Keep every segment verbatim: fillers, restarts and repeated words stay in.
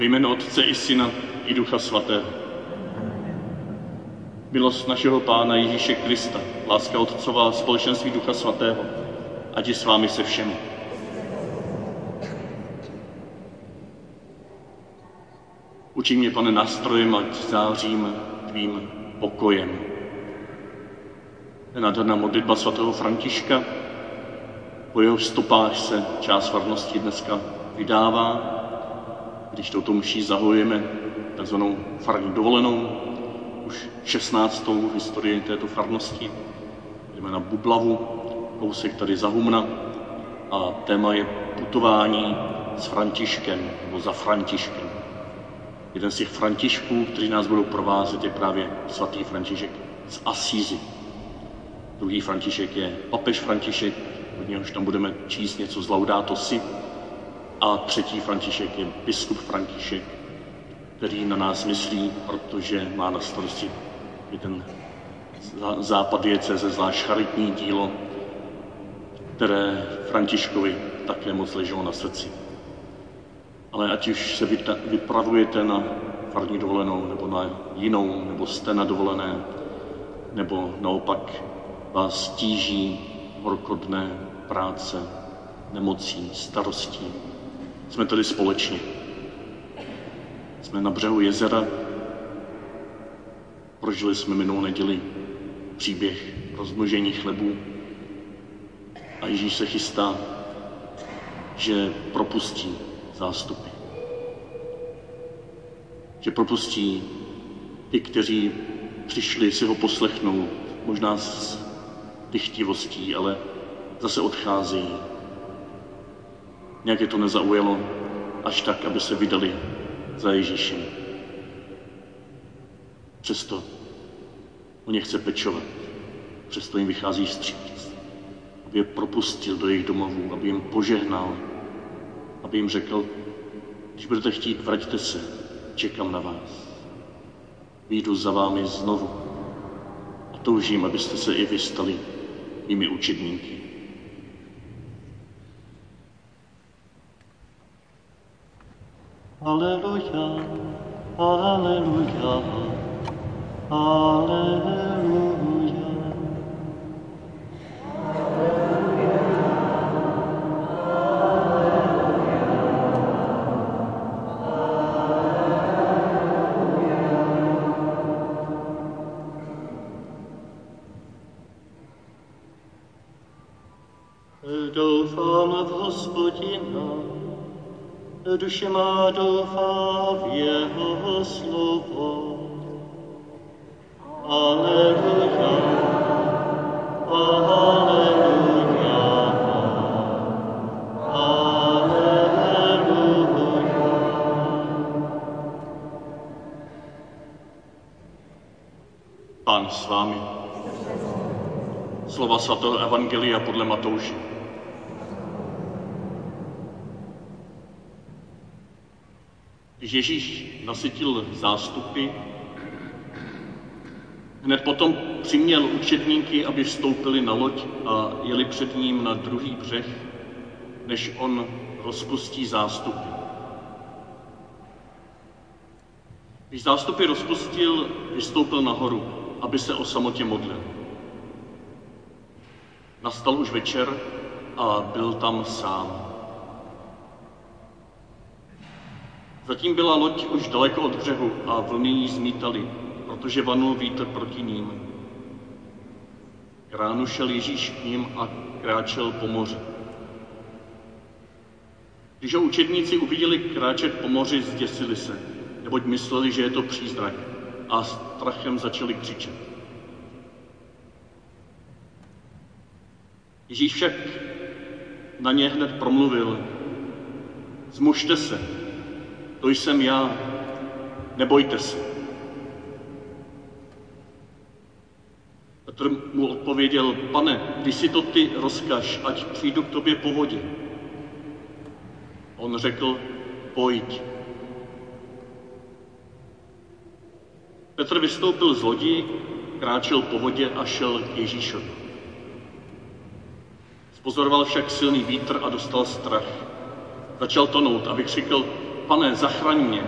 Ve jménu Otce i Syna i Ducha Svatého. Milost našeho Pána Ježíše Krista, láska Otcova a společenství Ducha Svatého, ať je s vámi se všemi. Učiň mě, Pane, nástrojem, ať zářím tvým pokojem. Je nádherná modlitba svatého Františka, po jeho stopách se část farnosti dneska vydává, když touto mší zahajujeme takzvanou farní dovolenou, už šestnáctou v historii této farnosti. Jdeme na Bublavu, kousek tady za Humna, a téma je putování s Františkem, nebo za Františkem. Jeden z těch Františků, kteří nás budou provázet, je právě svatý František z Asízy. Druhý František je papež František, od něhož tam budeme číst něco z Laudato Si. A třetí František je biskup František, který na nás myslí, protože má na starosti i ten západ diecéze, zvlášť charitní dílo, které Františkovi také moc leželo na srdci. Ale ať už se vypravujete na farní dovolenou, nebo na jinou, nebo jste na dovolené, nebo naopak vás tíží horkodné práce, nemocí, starostí, jsme tady společně. Jsme na břehu jezera, prožili jsme minulou neděli příběh rozmnožení chlebů a Ježíš se chystá, že propustí zástupy. Že propustí ty, kteří přišli si ho poslechnout, možná s dychtivostí, ale zase odcházejí. Nějak je to nezaujalo až tak, aby se vydali za Ježíšem. Přesto o ně chce pečovat, přesto jim vychází vstříc, aby je propustil do jejich domovů, aby jim požehnal, aby jim řekl, když budete chtít, vraťte se, čekám na vás. Vyjdu za vámi znovu a toužím, abyste se i vy stali mými učedníky. Aleluja, aleluja, aleluja. Doufám v Hospodina, duše má doufá v jeho slovo. Aleluja, aleluja, aleluja. Pán s vámi. Slova svatého evangelia podle Matouše. Když Ježíš nasytil zástupy, hned potom přiměl učedníky, aby vstoupili na loď a jeli před ním na druhý břeh, než on rozpustí zástupy. Když zástupy rozpustil, vystoupil nahoru, aby se o samotě modlil. Nastal už večer a byl tam sám. Zatím byla loď už daleko od břehu a vlny ji zmítaly, protože vanul vítr proti ním. K ránu šel Ježíš k ním a kráčel po moři. Když ho učedníci uviděli kráčet po moři, zděsili se, neboť mysleli, že je to přízrak, a strachem začali křičet. Ježíš však na ně hned promluvil: Zmužte se, to jsem já, nebojte se. Petr mu odpověděl: Pane, když si to ty rozkaž, ať přijdu k tobě po vodě. On řekl: Pojď. Petr vystoupil z lodi, kráčel po vodě a šel k Ježíšovi. Spozoroval však silný vítr a dostal strach. Začal tonout a vykřikl: Pane, zachraň mě.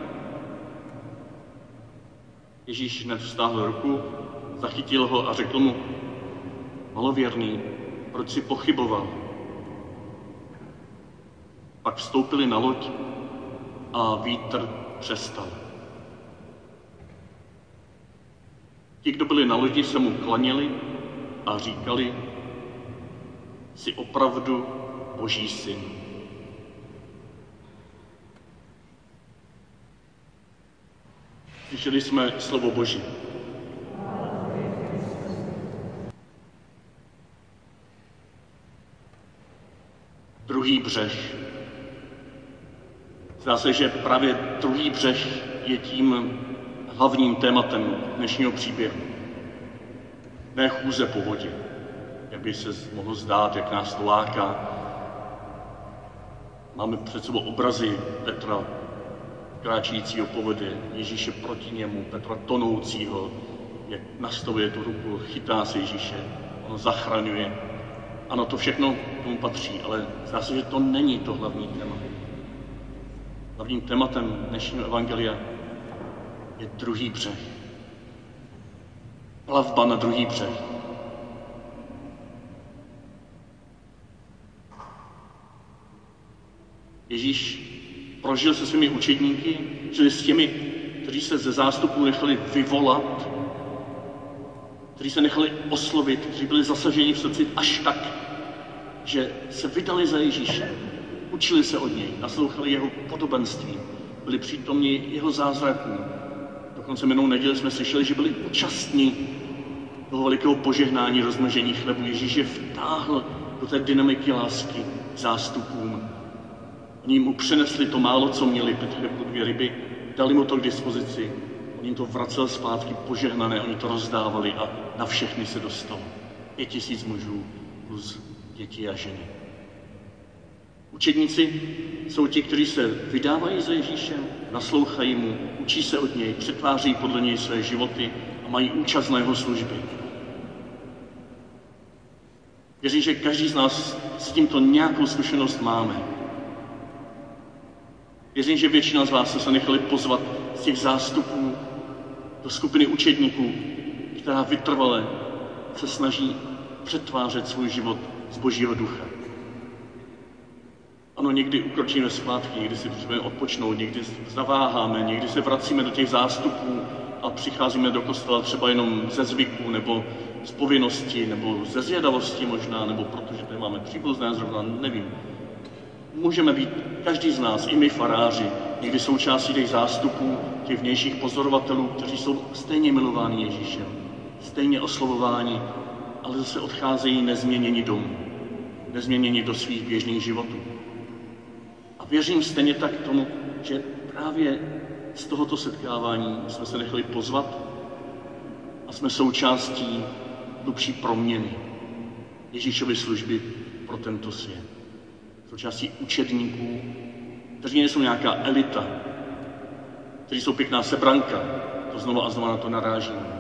Ježíš hned vztáhl ruku, zachytil ho a řekl mu, malověrný, proč jsi pochyboval? Pak vstoupili na loď a vítr přestal. Ti, kdo byli na lodi, se mu klanili a říkali, jsi opravdu Boží syn. Slyšeli jsme slovo Boží. Druhý břeh. Zdá se, že právě druhý břeh je tím hlavním tématem dnešního příběhu. Ne chůze po vodě, jak by se mohlo zdát, jak nás to láká. Máme před sebou obrazy Petra, kráčejícího po vodě, Ježíše proti němu, Petra tonoucího, jak nastavuje tu ruku, chytá se Ježíše, on zachraňuje. Ano, to všechno tomu patří, ale zdá se, že to není to hlavní téma. Hlavním tématem dnešního evangelia je druhý břeh. Plavba na druhý břeh. Ježíš prožil se svými učedníky, čili s těmi, kteří se ze zástupů nechali vyvolat, kteří se nechali oslovit, kteří byli zasaženi v srdci až tak, že se vydali za Ježíše, učili se od něj, naslouchali jeho podobenství, byli přítomni jeho zázrakům. Dokonce minulou neděli jsme slyšeli, že byli účastní toho velikého požehnání rozmnožení chlebu. Ježíš je vtáhl do té dynamiky lásky zástupům. Oni mu přinesli to málo, co měli, pět chlebů, dvě ryby, dali mu to k dispozici. On jim to vracel zpátky požehnané, oni to rozdávali a na všechny se dostalo. Pět tisíc mužů plus děti a ženy. Učedníci jsou ti, kteří se vydávají za Ježíšem, naslouchají mu, učí se od něj, přetváří podle něj své životy a mají účast na jeho službě. Věřím, že každý z nás s tímto nějakou zkušenost máme. Věřím, že většina z vás se nechali pozvat z těch zástupů do skupiny učedníků, která vytrvale se snaží přetvářet svůj život z Božího ducha. Ano, někdy ukročíme zpátky, někdy si potřebujeme odpočnout, někdy zaváháme, někdy se vracíme do těch zástupů a přicházíme do kostela třeba jenom ze zvyku, nebo z povinnosti, nebo ze zvědavosti možná, nebo protože tady máme příbuzné zrovna, nevím. Můžeme být, každý z nás, i my faráři, někdy součástí těch zástupů, těch vnějších pozorovatelů, kteří jsou stejně milováni Ježíšem, stejně oslovováni, ale zase odcházejí nezměněni domů, nezměněni do svých běžných životů. A věřím stejně tak tomu, že právě z tohoto setkávání jsme se nechali pozvat a jsme součástí hlubší proměny Ježíšovy služby pro tento svět. Součástí učedníků, kteří nejsou nějaká elita, kteří jsou pěkná sebranka, to znovu a znovu na to narážíme,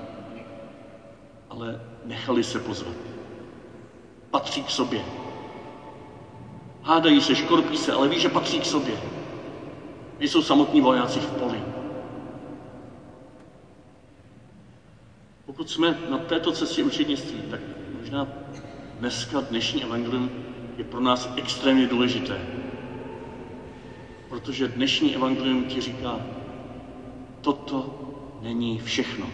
ale nechali se pozvat. Patří k sobě. Hádají se, škorpí se, ale ví, že patří k sobě. Nejsou samotní vojáci v poli. Pokud jsme na této cestě učednictví, tak možná dneska dnešní evangelium je pro nás extrémně důležité. Protože dnešní evangelium ti říká, toto není všechno.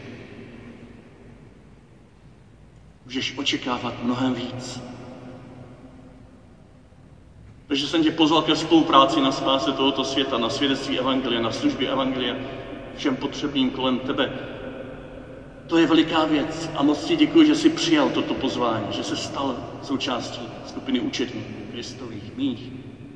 Můžeš očekávat mnohem víc. Takže jsem tě pozval ke spolupráci na spáse tohoto světa, na svědectví evangelia, na službě evangelia všem potřebným kolem tebe. To je veliká věc a moc ti děkuji, že jsi přijal toto pozvání, že se stal součástí skupiny učedníků, Kristových, mých.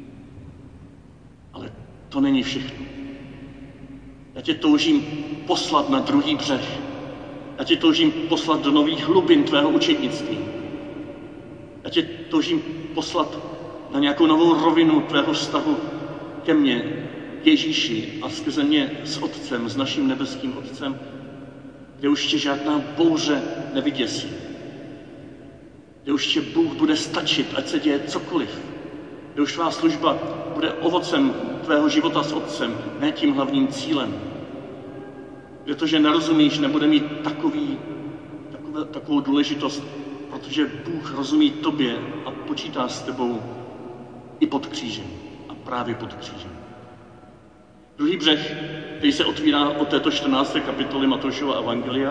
Ale to není všechno. Já tě toužím poslat na druhý břeh. Já tě toužím poslat do nových hlubin tvého učednictví. Já tě toužím poslat na nějakou novou rovinu tvého vztahu ke mně, k Ježíši a skrze mě s Otcem, s naším nebeským Otcem, kde už tě žádná bouře nevyděsí. Kde už tě Bůh bude stačit, ať se děje cokoliv. kde už tvá služba bude ovocem tvého života s Otcem, ne tím hlavním cílem. Kde to, že nerozumíš, nebude mít takový, takové, takovou důležitost, protože Bůh rozumí tobě a počítá s tebou i pod křížem a právě pod křížem. Druhý břeh, který se otvírá od této čtrnácté kapitoly Matoušova evangelia,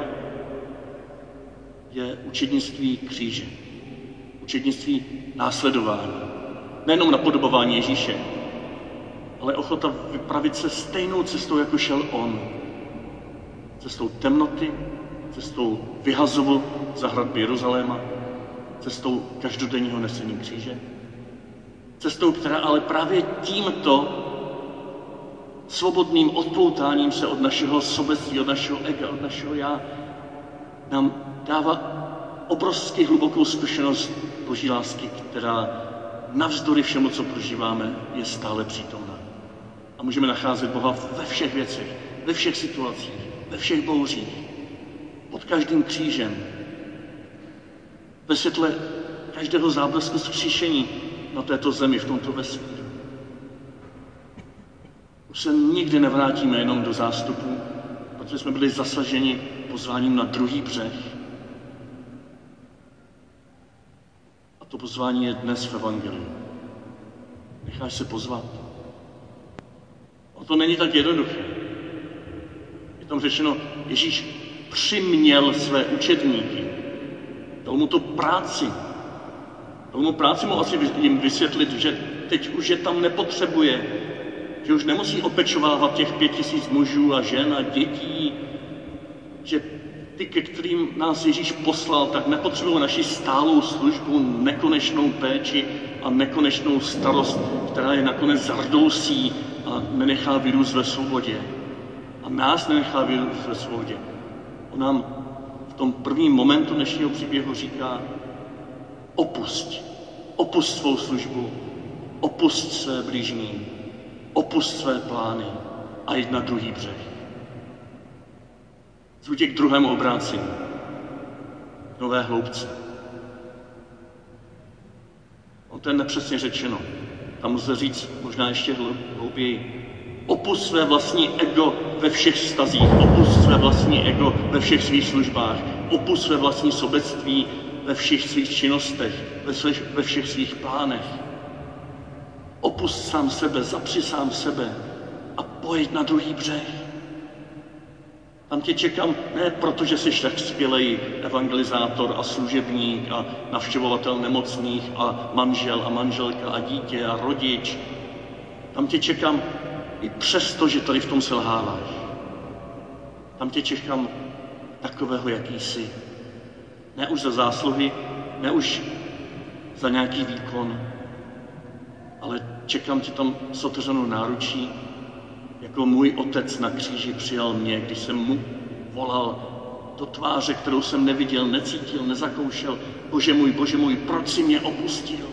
je učednictví kříže. Učednictví následování. Nejenom napodobování Ježíše, ale ochota vypravit se stejnou cestou, jako šel on. Cestou temnoty, cestou vyhazovu za hradby Jeruzaléma, cestou každodenního nesení kříže. Cestou, která ale právě tímto svobodným odpoutáním se od našeho sobectví, od našeho ega, od našeho já, nám dává obrovsky hlubokou zkušenost Boží lásky, která navzdory všemu, co prožíváme, je stále přítomná. A můžeme nacházet Boha ve všech věcech, ve všech situacích, ve všech bouřích, pod každým křížem, ve světle každého záblesku vzkříšení na této zemi, v tomto vesmíru. Už se nikdy nevrátíme jenom do zástupu, protože jsme byli zasaženi pozváním na druhý břeh. A to pozvání je dnes v evangeliu. Necháš se pozvat. A to není tak jednoduché. Je tam řečeno, Ježíš přiměl své učedníky. Dal mu to práci. Dal mu práci mu asi jim vysvětlit, že teď už je tam nepotřebuje, že už nemusí opečovávat těch pět tisíc mužů a žen a dětí, že ty, ke kterým nás Ježíš poslal, tak nepotřebují naši stálou službu, nekonečnou péči a nekonečnou starost, která je nakonec zardousí a nenechá vyrůst ve svobodě. A nás nenechá vyrůst ve svobodě. On nám v tom prvním momentu dnešního příběhu říká, opusť, opusť svou službu, opusť své blížní, opusť své plány a jít na druhý břeh. Zvu tě k druhému obrácení, k nové hloubce. On to je nepřesně řečeno. Tam lze říct možná ještě hlouběji. Opusť své vlastní ego ve všech vztazích, opusť své vlastní ego ve všech svých službách, opusť své vlastní sobectví ve všech svých činnostech, ve, svých, ve všech svých plánech. Opusť sám sebe, zapři sám sebe a pojď na druhý břeh. Tam tě čekám ne proto, že jsi tak skvělej evangelizátor a služebník a navštěvovatel nemocných a manžel a manželka a dítě a rodič. Tam tě čekám i přesto, že tady v tom selháváš. Tam tě čekám takového, jaký jsi. Ne už za zásluhy, ne už za nějaký výkon, ale čekám tě tam s otevřenou náručí, jako můj otec na kříži přijal mě, když jsem mu volal do tváře, kterou jsem neviděl, necítil, nezakoušel. Bože můj, Bože můj, proč jsi mě opustil?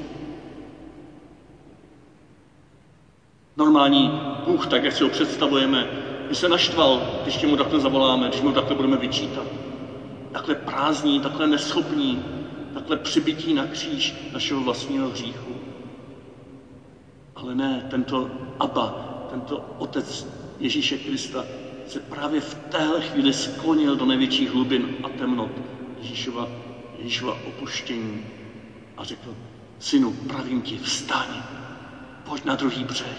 Normální Bůh, tak jak si ho představujeme, by se naštval, když mu takhle zavoláme, když mu takhle budeme vyčítat. Takhle prázdní, takhle neschopní, takhle přibytí na kříž našeho vlastního hříchu. Ale ne, tento Abba, tento otec Ježíše Krista se právě v téhle chvíli sklonil do největších hlubin a temnot Ježíšova, Ježíšova opuštění a řekl, synu, pravím ti, vstaň, pojď na druhý břeh.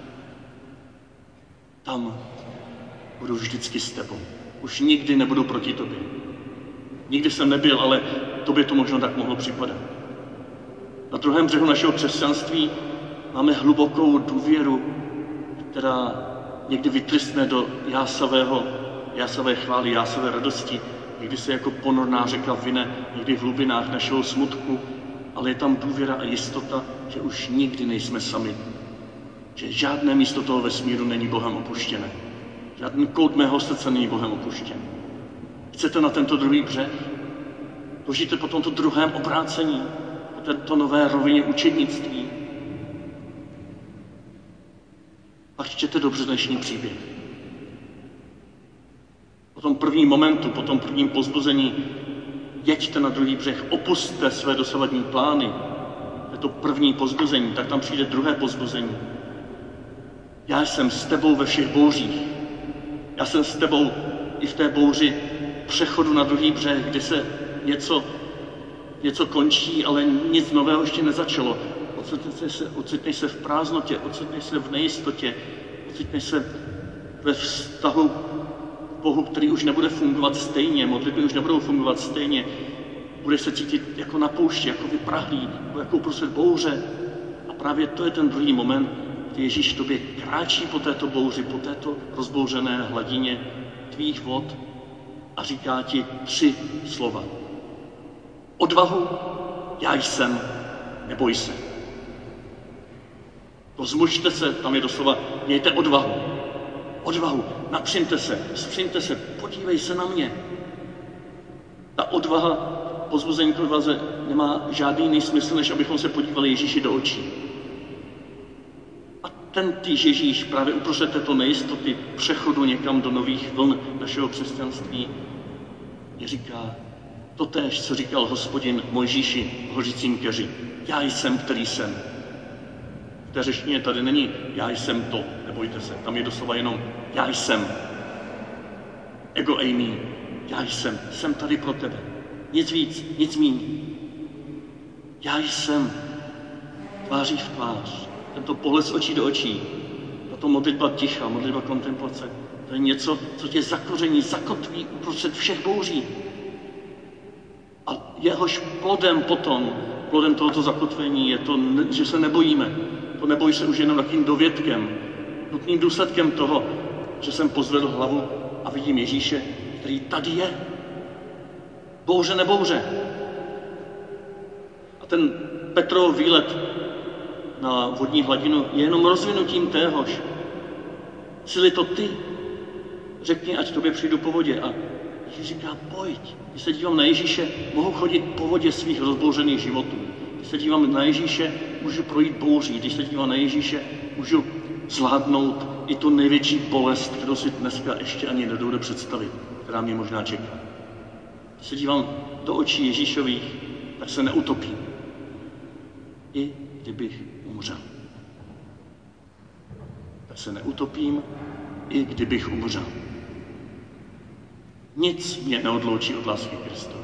Tam budu vždycky s tebou. Už nikdy nebudu proti tobě. Nikdy jsem nebyl, ale tobě to možná tak mohlo připadat. Na druhém břehu našeho křesťanství máme hlubokou důvěru, která někdy vytrysne do jásavého, jásavé chvály, jásavé radosti, někdy se jako ponorná řeka vyne, někdy v hlubinách našeho smutku, ale je tam důvěra a jistota, že už nikdy nejsme sami. Že žádné místo toho vesmíru není Bohem opuštěné. Žádný kout mého srdce není Bohem opuštěn. Chcete na tento druhý břeh? Toužíte po tomto druhém obrácení, po této nové rovině učednictví? Pak čtěte dobře dnešní příběh. Po tom prvním momentu, po tom prvním povzbuzení, jeďte na druhý břeh, opusťte své dosavadní plány, je to první povzbuzení, tak tam přijde druhé povzbuzení. Já jsem s tebou ve všech bouřích. Já jsem s tebou i v té bouři přechodu na druhý břeh, kde se něco, něco končí, ale nic nového ještě nezačalo. Ocitneš se, ocitneš se v prázdnotě, ocitneš se v nejistotě, ocitneš se ve vztahu k Bohu, který už nebude fungovat stejně, modlitby už nebudou fungovat stejně. Budeš se cítit jako na poušti, jako vyprahlý, jako uprostřed bouře. A právě to je ten druhý moment, kdy Ježíš tobě kráčí po této bouři, po této rozbouřené hladině tvých vod a říká ti tři slova. Odvahu, já jsem, neboj se. Rozmužte se, tam je doslova, mějte odvahu. Odvahu, napřiňte se, spřiňte se, podívej se na mě. Ta odvaha, povzbuzení k odvaze nemá žádný jiný smysl, než abychom se podívali Ježíši do očí. A ten týž Ježíš právě uprostřed této nejistoty přechodu někam do nových vln našeho křesťanství je říká totéž, co říkal Hospodin Mojžíši v hořícím keři. Já jsem, který jsem. V té řečtině tady není já jsem to, nebojte se, tam je doslova jenom já jsem. Ego eimi, já jsem, jsem tady pro tebe. Nic víc, nic míň. Já jsem tváří v tvář. Tento pohled z očí do očí, tato modlitba ticha, modlitba kontemplace, to je něco, co tě zakoření, zakotví uprostřed všech bouří. A jehož plodem potom, plodem tohoto zakotvení je to, že se nebojíme. To neboj se už jenom takým dovědkem, nutným důsledkem toho, že jsem pozvedl hlavu a vidím Ježíše, který tady je. Bouře nebouře. A ten Petrov výlet na vodní hladinu je jenom rozvinutím téhož. Jsi-li to ty, řekni, ať tobě přijdu po vodě. A Ježíš říká, pojď. Když se dívám na Ježíše, mohu chodit po vodě svých rozbouřených životů. Když se dívám na Ježíše, můžu projít bouří. Když se dívám na Ježíše, můžu zvládnout i tu největší bolest, kterou si dneska ještě ani nedojde představit, která mě možná čeká. Když se dívám do očí Ježíšových, tak se neutopím. I kdybych umřel. Tak se neutopím, i kdybych umřel. Nic mě neodloučí od lásky Kristovi.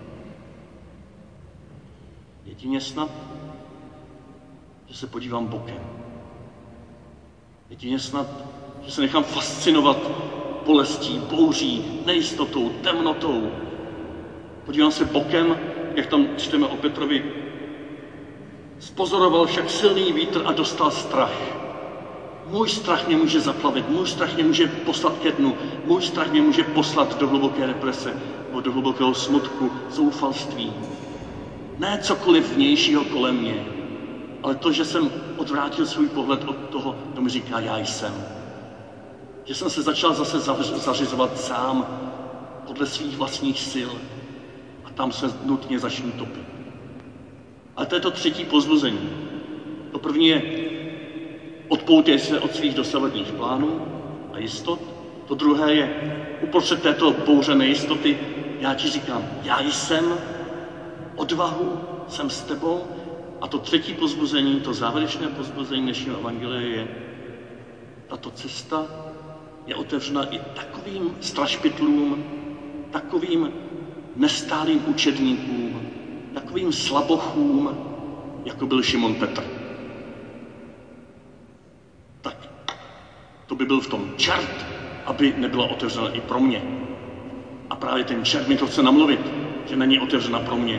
Jedině snad, že se podívám bokem. Jedině snad, že se nechám fascinovat bolestí, bouří, nejistotou, temnotou. Podívám se bokem, jak tam čteme o Petrovi. Spozoroval však silný vítr a dostal strach. Můj strach mě může zaplavit, můj strach mě může poslat ke dnu, můj strach mě může poslat do hluboké deprese, nebo do hlubokého smutku, zoufalství. Ne cokoliv vnějšího kolem mě, ale to, že jsem odvrátil svůj pohled od toho, kdo mi říká, já jsem. Že jsem se začal zase zařizovat sám podle svých vlastních sil a tam se nutně začnu topit. Ale to je to třetí povzbuzení. To první je odpoutěj se od svých dosavadních plánů a jistot. To druhé je uprostřed této bouře nejistoty, já ti říkám, já jsem, odvahu, jsem s tebou. A to třetí povzbuzení, to závěrečné povzbuzení dnešního evangelia je, tato cesta je otevřena i takovým strašpitlům, takovým nestálým učedníkům, takovým slabochům, jako byl Šimon Petr. Tak to by byl v tom čert, aby nebyla otevřena i pro mě. A právě ten čert mi to chce namluvit, že není otevřena pro mě.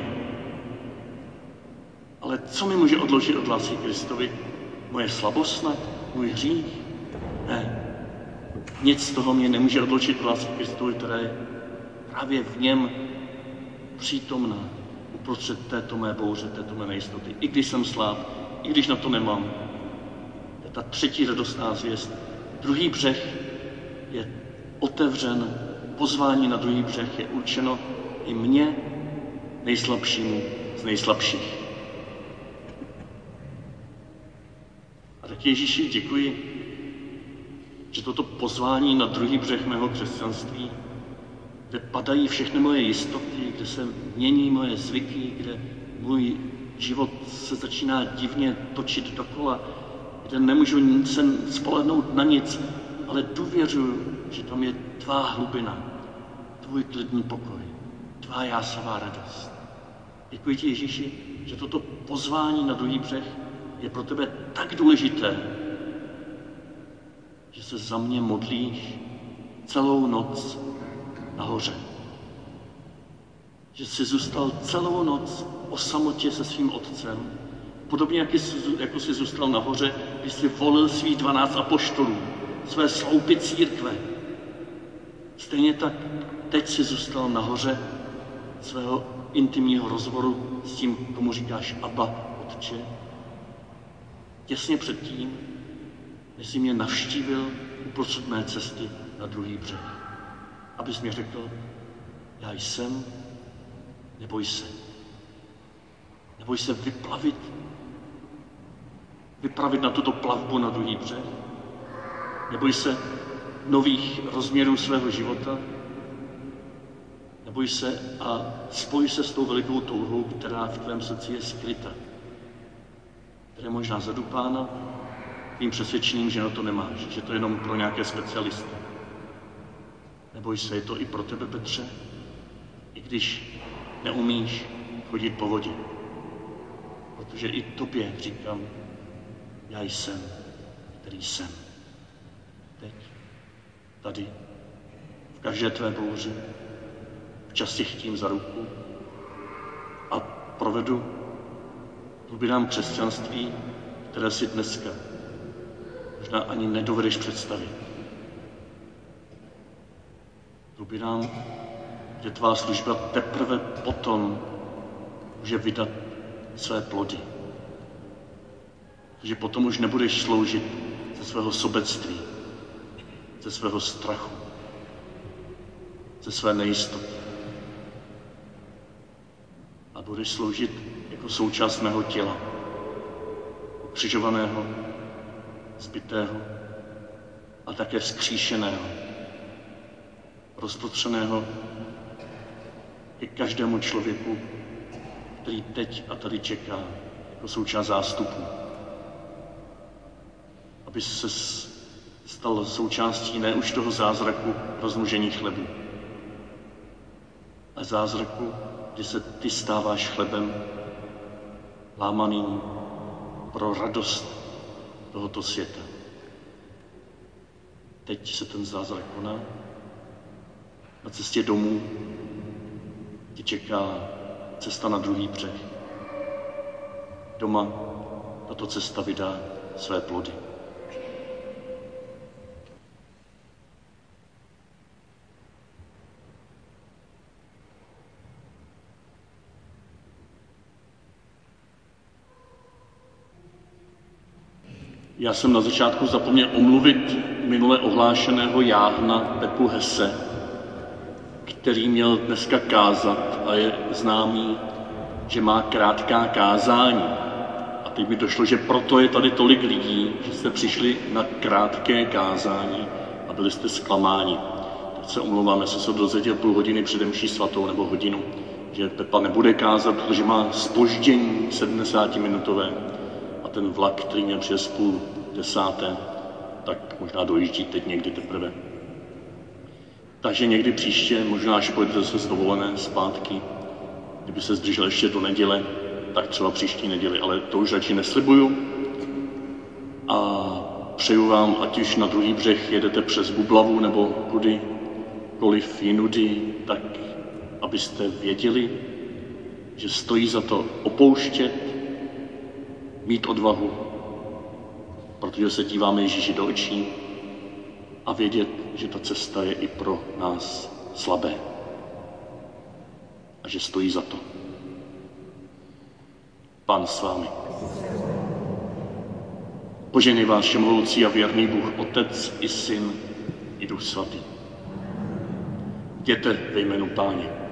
Ale co mi může odložit od lásky Kristovi? Moje slabost snad? Můj hřích? Ne. Nic z toho mě nemůže odložit od lásky Kristovi, která je právě v něm přítomná uprostřed této mé bouře, této mé nejistoty. I když jsem slab, i když na to nemám. Je ta třetí radostná zvěst. Druhý břeh je otevřen, pozvání na druhý břeh je určeno i mně, nejslabšímu z nejslabších. A tak Ježíši děkuji, že toto pozvání na druhý břeh mého křesťanství, kde padají všechny moje jistoty, kde se mění moje zvyky, kde můj život se začíná divně točit dokola, kde nemůžu nic se spolehnout na nic, ale důvěřuju, že tam je tvá hlubina, tvůj klidný pokoj, tvá jásavá radost. Děkuji ti, Ježíši, že toto pozvání na druhý břeh je pro tebe tak důležité, že se za mě modlíš celou noc nahoře. Že jsi zůstal celou noc o samotě se svým otcem, podobně jak jsi, jako jsi zůstal nahoře, když jsi volil svých dvanáct apoštolů, své sloupy církve. Stejně tak teď jsi zůstal nahoře svého intimního rozhovoru s tím, komu říkáš Abba, Otče. Těsně předtím, než jsi mě navštívil uprostřed mé cesty na druhý břeh, abys mi řekl, já jsem, neboj se. Neboj se vyplavit, vypravit na tuto plavbu na druhý břeh. Neboj se nových rozměrů svého života. Neboj se a spoj se s tou velikou touhou, která v tvém srdci je skryta. Která je možná zadupána tvým přesvědčením, že na to nemáš, že to je jenom pro nějaké specialisty. Neboj se, je to i pro tebe, Petře, i když neumíš chodit po vodě. Protože i tobě říkám, já jsem, který jsem. Teď, tady, v každé tvé bouři, včas tě chytím za ruku a provedu hlubinám křesťanství, které si dneska možná ani nedovedeš představit. Hlubinám, kde tvá služba teprve potom může vydat své plody. Takže potom už nebudeš sloužit ze svého sobectví, ze svého strachu, ze své nejistoty. A budeš sloužit jako součást mého těla, ukřižovaného, zbitého a také vzkříšeného, rozprostřeného ke každému člověku, který teď a tady čeká jako součást zástupu. Aby se stal součástí ne už toho zázraku rozmnožení chlebu, ale zázraku, kdy se ty stáváš chlebem lámaným pro radost tohoto světa. Teď se ten zázrak koná. Na cestě domů tě čeká cesta na druhý břeh. Doma tato cesta vydá své plody. Já jsem na začátku zapomněl omluvit minule ohlášeného jáhna Pepu Hesse, který měl dneska kázat a je známý, že má krátká kázání. A teď mi došlo, že proto je tady tolik lidí, že jste přišli na krátké kázání a byli jste zklamáni. Tak se omlouvám, jestli se dozvěděl půl hodiny před mší svatou nebo hodinu, že Pepa nebude kázat, protože má zpoždění sedmdesátiminutové a ten vlak, který měl přes půl desáté, tak možná dojíždí teď někdy teprve. Takže někdy příště, možná až pojedete se z dovolené zpátky, kdyby se zdržel ještě do neděle, tak třeba příští neděli, ale to už radši neslibuju. A přeju vám, ať už na druhý břeh jedete přes Bublavu nebo kudykoliv jinudy, tak abyste věděli, že stojí za to opouštět, mít odvahu, protože se díváme Ježíši do očí a vědět, že ta cesta je i pro nás slabé a že stojí za to. Pán s vámi. Požehnej vás všemohoucí a věrný Bůh, Otec i Syn i Duch Svatý. Jděte ve jménu Páně.